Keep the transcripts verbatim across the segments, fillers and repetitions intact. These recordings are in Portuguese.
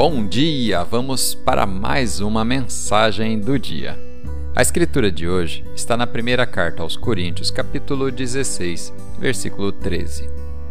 Bom dia! Vamos para mais uma mensagem do dia. A escritura de hoje está na primeira carta aos Coríntios, capítulo dezesseis, versículo treze.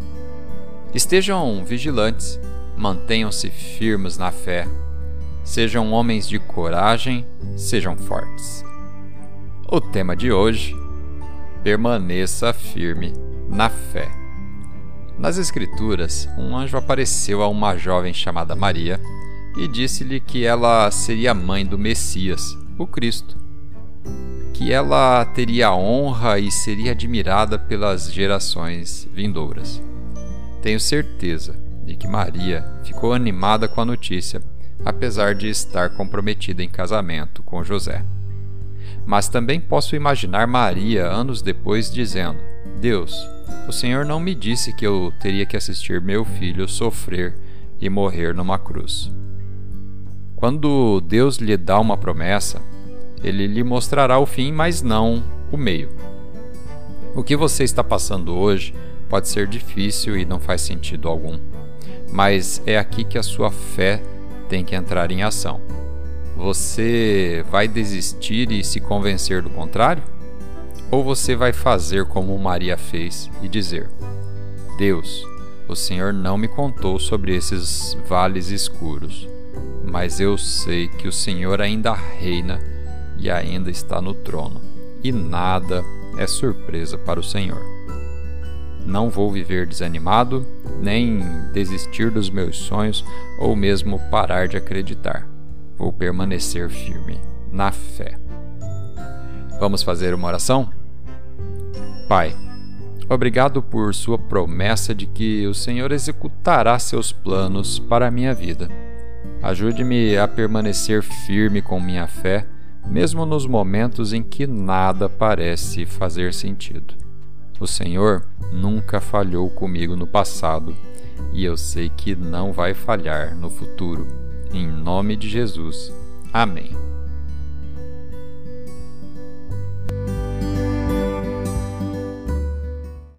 Estejam vigilantes, mantenham-se firmes na fé, sejam homens de coragem, sejam fortes. O tema de hoje: permaneça firme na fé. Nas Escrituras, um anjo apareceu a uma jovem chamada Maria e disse-lhe que ela seria mãe do Messias, o Cristo, que ela teria honra e seria admirada pelas gerações vindouras. Tenho certeza de que Maria ficou animada com a notícia, apesar de estar comprometida em casamento com José. Mas também posso imaginar Maria anos depois dizendo: Deus, o Senhor não me disse que eu teria que assistir meu filho sofrer e morrer numa cruz. Quando Deus lhe dá uma promessa, Ele lhe mostrará o fim, mas não o meio. O que você está passando hoje pode ser difícil e não faz sentido algum, mas é aqui que a sua fé tem que entrar em ação. Você vai desistir e se convencer do contrário? Ou você vai fazer como Maria fez e dizer: Deus, o Senhor não me contou sobre esses vales escuros, mas eu sei que o Senhor ainda reina e ainda está no trono, e nada é surpresa para o Senhor. Não vou viver desanimado, nem desistir dos meus sonhos ou mesmo parar de acreditar. Vou permanecer firme na fé. Vamos fazer uma oração? Pai, obrigado por sua promessa de que o Senhor executará seus planos para a minha vida. Ajude-me a permanecer firme com minha fé, mesmo nos momentos em que nada parece fazer sentido. O Senhor nunca falhou comigo no passado e eu sei que não vai falhar no futuro. Em nome de Jesus. Amém.